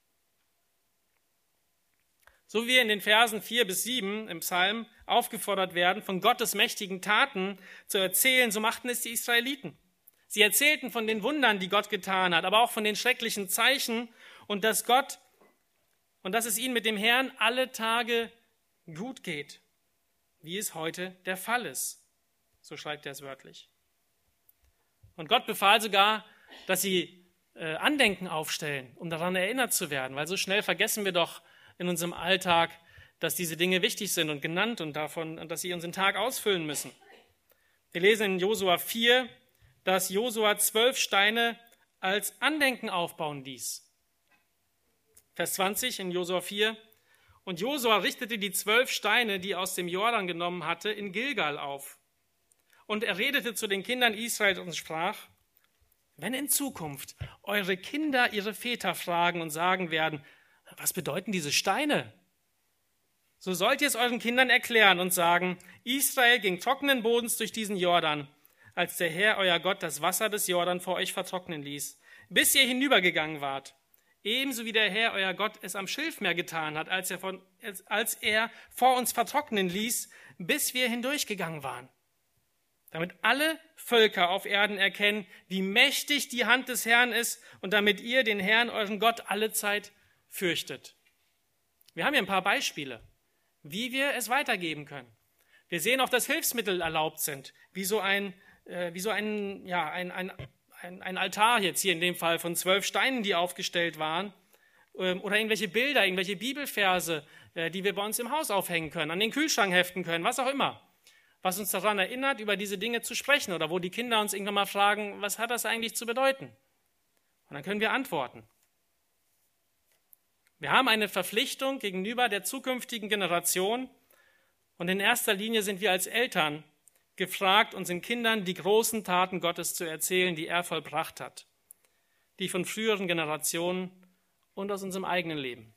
So wie wir in den Versen 4 bis 7 im Psalm aufgefordert werden, von Gottes mächtigen Taten zu erzählen, so machten es die Israeliten. Sie erzählten von den Wundern, die Gott getan hat, aber auch von den schrecklichen Zeichen und dass es ihnen mit dem Herrn alle Tage gut geht, wie es heute der Fall ist. So schreibt er es wörtlich. Und Gott befahl sogar, dass sie Andenken aufstellen, um daran erinnert zu werden, weil so schnell vergessen wir doch in unserem Alltag, dass diese Dinge wichtig sind und genannt und dass sie unseren Tag ausfüllen müssen. Wir lesen in Josua 4, dass Josua 12 Steine als Andenken aufbauen ließ. Vers 20 in Josua 4. Und Josua richtete die 12 Steine, die er aus dem Jordan genommen hatte, in Gilgal auf. Und er redete zu den Kindern Israels und sprach, wenn in Zukunft eure Kinder ihre Väter fragen und sagen werden, was bedeuten diese Steine? So sollt ihr es euren Kindern erklären und sagen, Israel ging trockenen Bodens durch diesen Jordan, als der Herr, euer Gott, das Wasser des Jordan vor euch vertrocknen ließ, bis ihr hinübergegangen wart. Ebenso wie der Herr, euer Gott, es am Schilfmeer getan hat, als er vor uns vertrocknen ließ, bis wir hindurchgegangen waren. damit alle Völker auf Erden erkennen, wie mächtig die Hand des Herrn ist und damit ihr den Herrn, euren Gott, allezeit fürchtet. Wir haben hier ein paar Beispiele, wie wir es weitergeben können. Wir sehen auch, dass Hilfsmittel erlaubt sind, wie so ein Altar jetzt hier in dem Fall von 12 Steinen, die aufgestellt waren, oder irgendwelche Bilder, irgendwelche Bibelverse, die wir bei uns im Haus aufhängen können, an den Kühlschrank heften können, was auch immer, was uns daran erinnert, über diese Dinge zu sprechen oder wo die Kinder uns irgendwann mal fragen, was hat das eigentlich zu bedeuten? Und dann können wir antworten. Wir haben eine Verpflichtung gegenüber der zukünftigen Generation und in erster Linie sind wir als Eltern gefragt, unseren Kindern die großen Taten Gottes zu erzählen, die er vollbracht hat, die von früheren Generationen und aus unserem eigenen Leben.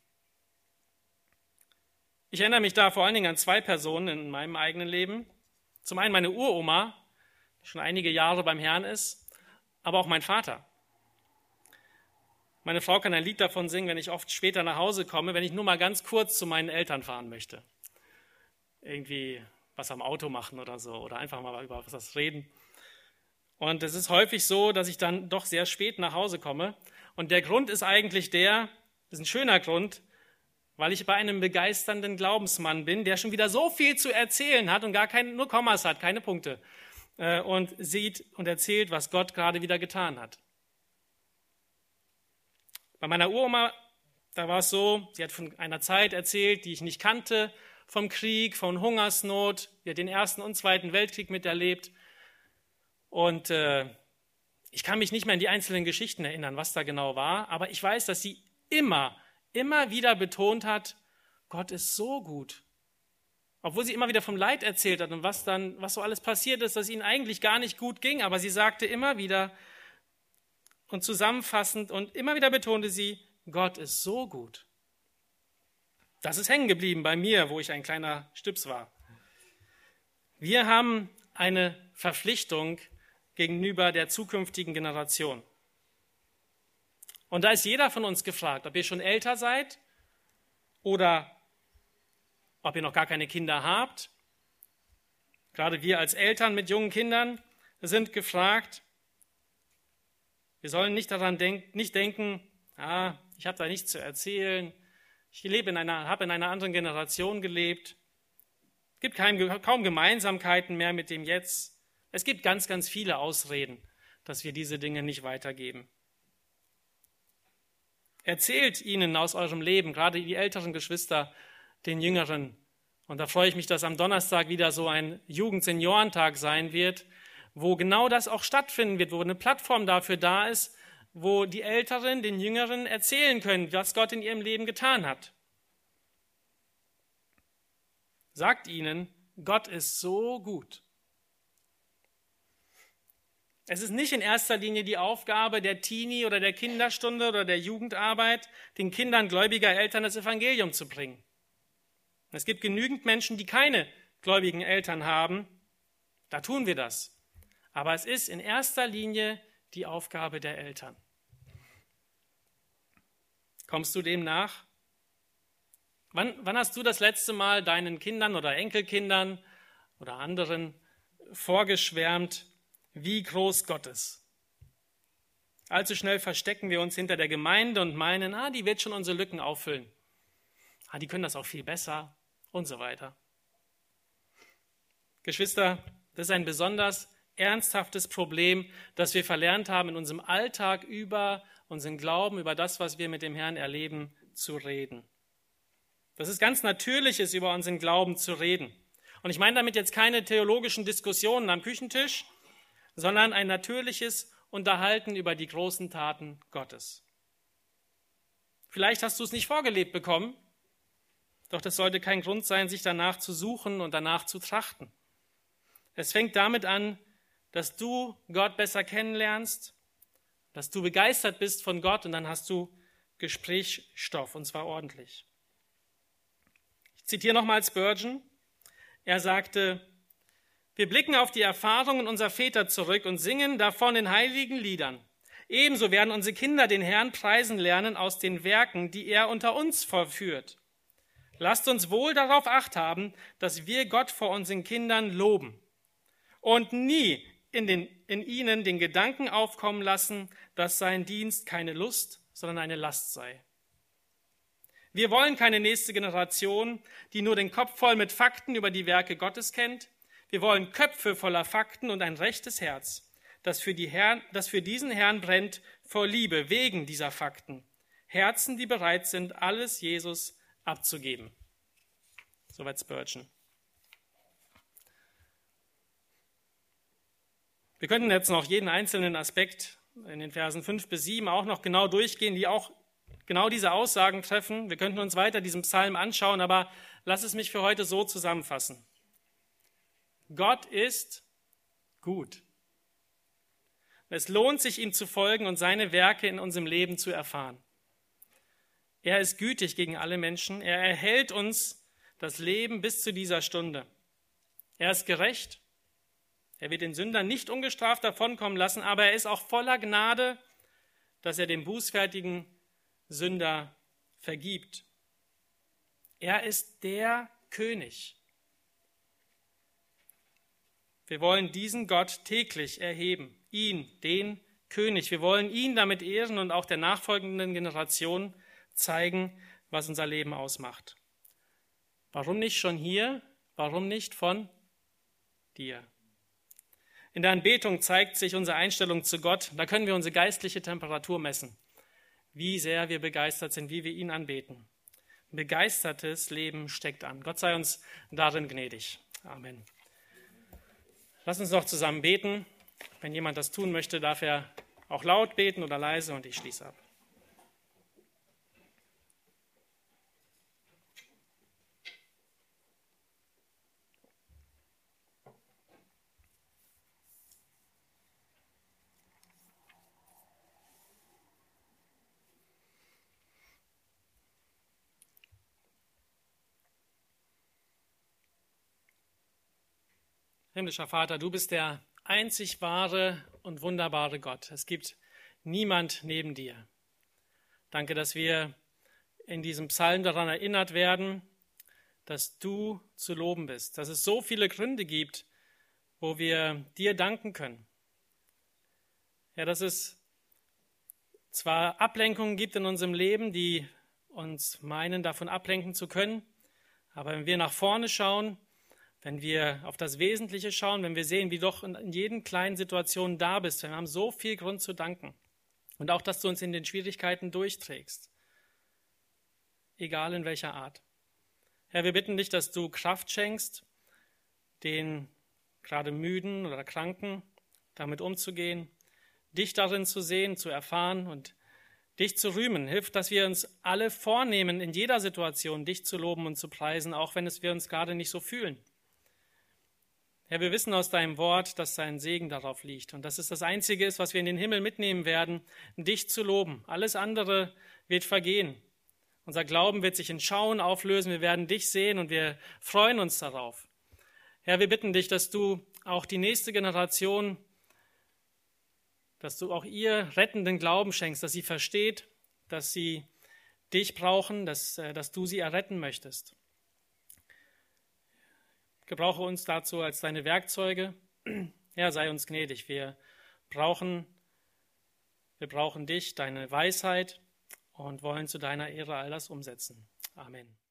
Ich erinnere mich da vor allen Dingen an 2 Personen in meinem eigenen Leben. Zum einen meine Uroma, die schon einige Jahre beim Herrn ist, aber auch mein Vater. Meine Frau kann ein Lied davon singen, wenn ich oft später nach Hause komme, wenn ich nur mal ganz kurz zu meinen Eltern fahren möchte. Irgendwie was am Auto machen oder so oder einfach mal über was reden. Und es ist häufig so, dass ich dann doch sehr spät nach Hause komme. Und der Grund ist eigentlich das ist ein schöner Grund, weil ich bei einem begeisternden Glaubensmann bin, der schon wieder so viel zu erzählen hat und nur Kommas hat, keine Punkte. Und sieht und erzählt, was Gott gerade wieder getan hat. Bei meiner Uroma, da war es so, sie hat von einer Zeit erzählt, die ich nicht kannte, vom Krieg, von Hungersnot. Sie hat den Ersten und Zweiten Weltkrieg miterlebt. Und ich kann mich nicht mehr an die einzelnen Geschichten erinnern, was da genau war, aber ich weiß, dass sie immer wieder betont hat, Gott ist so gut. Obwohl sie immer wieder vom Leid erzählt hat und was so alles passiert ist, dass ihnen eigentlich gar nicht gut ging, aber sie sagte immer wieder und zusammenfassend und immer wieder betonte sie, Gott ist so gut. Das ist hängen geblieben bei mir, wo ich ein kleiner Stüps war. Wir haben eine Verpflichtung gegenüber der zukünftigen Generation. Und da ist jeder von uns gefragt, ob ihr schon älter seid oder ob ihr noch gar keine Kinder habt. Gerade wir als Eltern mit jungen Kindern sind gefragt. Wir sollen nicht denken, ich habe da nichts zu erzählen. Ich habe in einer anderen Generation gelebt. Es gibt kaum Gemeinsamkeiten mehr mit dem Jetzt. Es gibt ganz, ganz viele Ausreden, dass wir diese Dinge nicht weitergeben. Erzählt ihnen aus eurem Leben, gerade die älteren Geschwister, den Jüngeren. Und da freue ich mich, dass am Donnerstag wieder so ein Jugend-Seniorentag sein wird, wo genau das auch stattfinden wird, wo eine Plattform dafür da ist, wo die Älteren den Jüngeren erzählen können, was Gott in ihrem Leben getan hat. Sagt ihnen, Gott ist so gut. Es ist nicht in erster Linie die Aufgabe der Teenie- oder der Kinderstunde oder der Jugendarbeit, den Kindern gläubiger Eltern das Evangelium zu bringen. Es gibt genügend Menschen, die keine gläubigen Eltern haben. Da tun wir das. Aber es ist in erster Linie die Aufgabe der Eltern. Kommst du dem nach? Wann hast du das letzte Mal deinen Kindern oder Enkelkindern oder anderen vorgeschwärmt, wie groß Gott ist? Allzu schnell verstecken wir uns hinter der Gemeinde und meinen, die wird schon unsere Lücken auffüllen. Die können das auch viel besser und so weiter. Geschwister, das ist ein besonders ernsthaftes Problem, das wir verlernt haben, in unserem Alltag über unseren Glauben, über das, was wir mit dem Herrn erleben, zu reden. Das ist ganz Natürliches, über unseren Glauben zu reden. Und ich meine damit jetzt keine theologischen Diskussionen am Küchentisch, sondern ein natürliches Unterhalten über die großen Taten Gottes. Vielleicht hast du es nicht vorgelebt bekommen, doch das sollte kein Grund sein, sich danach zu suchen und danach zu trachten. Es fängt damit an, dass du Gott besser kennenlernst, dass du begeistert bist von Gott und dann hast du Gesprächsstoff und zwar ordentlich. Ich zitiere nochmal Spurgeon. Er sagte, wir blicken auf die Erfahrungen unserer Väter zurück und singen davon in heiligen Liedern. Ebenso werden unsere Kinder den Herrn preisen lernen aus den Werken, die er unter uns vollführt. Lasst uns wohl darauf Acht haben, dass wir Gott vor unseren Kindern loben. und nie in ihnen den Gedanken aufkommen lassen, dass sein Dienst keine Lust, sondern eine Last sei. Wir wollen keine nächste Generation, die nur den Kopf voll mit Fakten über die Werke Gottes kennt. Wir wollen Köpfe voller Fakten und ein rechtes Herz, das für diesen Herrn brennt vor Liebe wegen dieser Fakten. Herzen, die bereit sind, alles Jesus abzugeben. Soweit Spurgeon. Wir könnten jetzt noch jeden einzelnen Aspekt in den Versen 5 bis 7 auch noch genau durchgehen, die auch genau diese Aussagen treffen. Wir könnten uns weiter diesen Psalm anschauen, aber lass es mich für heute so zusammenfassen. Gott ist gut. Es lohnt sich, ihm zu folgen und seine Werke in unserem Leben zu erfahren. Er ist gütig gegen alle Menschen. Er erhält uns das Leben bis zu dieser Stunde. Er ist gerecht. Er wird den Sünder nicht ungestraft davonkommen lassen, aber er ist auch voller Gnade, dass er dem bußfertigen Sünder vergibt. Er ist der König. Wir wollen diesen Gott täglich erheben, ihn, den König. Wir wollen ihn damit ehren und auch der nachfolgenden Generation zeigen, was unser Leben ausmacht. Warum nicht schon hier? Warum nicht von dir? In der Anbetung zeigt sich unsere Einstellung zu Gott. Da können wir unsere geistliche Temperatur messen, wie sehr wir begeistert sind, wie wir ihn anbeten. Ein begeistertes Leben steckt an. Gott sei uns darin gnädig. Amen. Lass uns noch zusammen beten. Wenn jemand das tun möchte, darf er auch laut beten oder leise, und ich schließe ab. Himmlischer Vater, du bist der einzig wahre und wunderbare Gott. Es gibt niemand neben dir. Danke, dass wir in diesem Psalm daran erinnert werden, dass du zu loben bist, dass es so viele Gründe gibt, wo wir dir danken können. Ja, dass es zwar Ablenkungen gibt in unserem Leben, die uns meinen, davon ablenken zu können, aber wenn wir nach vorne schauen, wenn wir auf das Wesentliche schauen, wenn wir sehen, wie du doch in jeden kleinen Situation da bist, wir haben so viel Grund zu danken. Und auch, dass du uns in den Schwierigkeiten durchträgst, egal in welcher Art. Herr, wir bitten dich, dass du Kraft schenkst, den gerade Müden oder Kranken damit umzugehen, dich darin zu sehen, zu erfahren und dich zu rühmen. Hilf, dass wir uns alle vornehmen, in jeder Situation dich zu loben und zu preisen, auch wenn wir uns gerade nicht so fühlen. Herr, wir wissen aus deinem Wort, dass dein Segen darauf liegt und dass es das Einzige ist, was wir in den Himmel mitnehmen werden, dich zu loben. Alles andere wird vergehen. Unser Glauben wird sich in Schauen auflösen. Wir werden dich sehen und wir freuen uns darauf. Herr, wir bitten dich, dass du auch die nächste Generation, dass du auch ihr rettenden Glauben schenkst, dass sie versteht, dass sie dich brauchen, dass du sie erretten möchtest. Gebrauche uns dazu als deine Werkzeuge. Herr, sei uns gnädig. Wir brauchen dich, deine Weisheit, und wollen zu deiner Ehre all das umsetzen. Amen.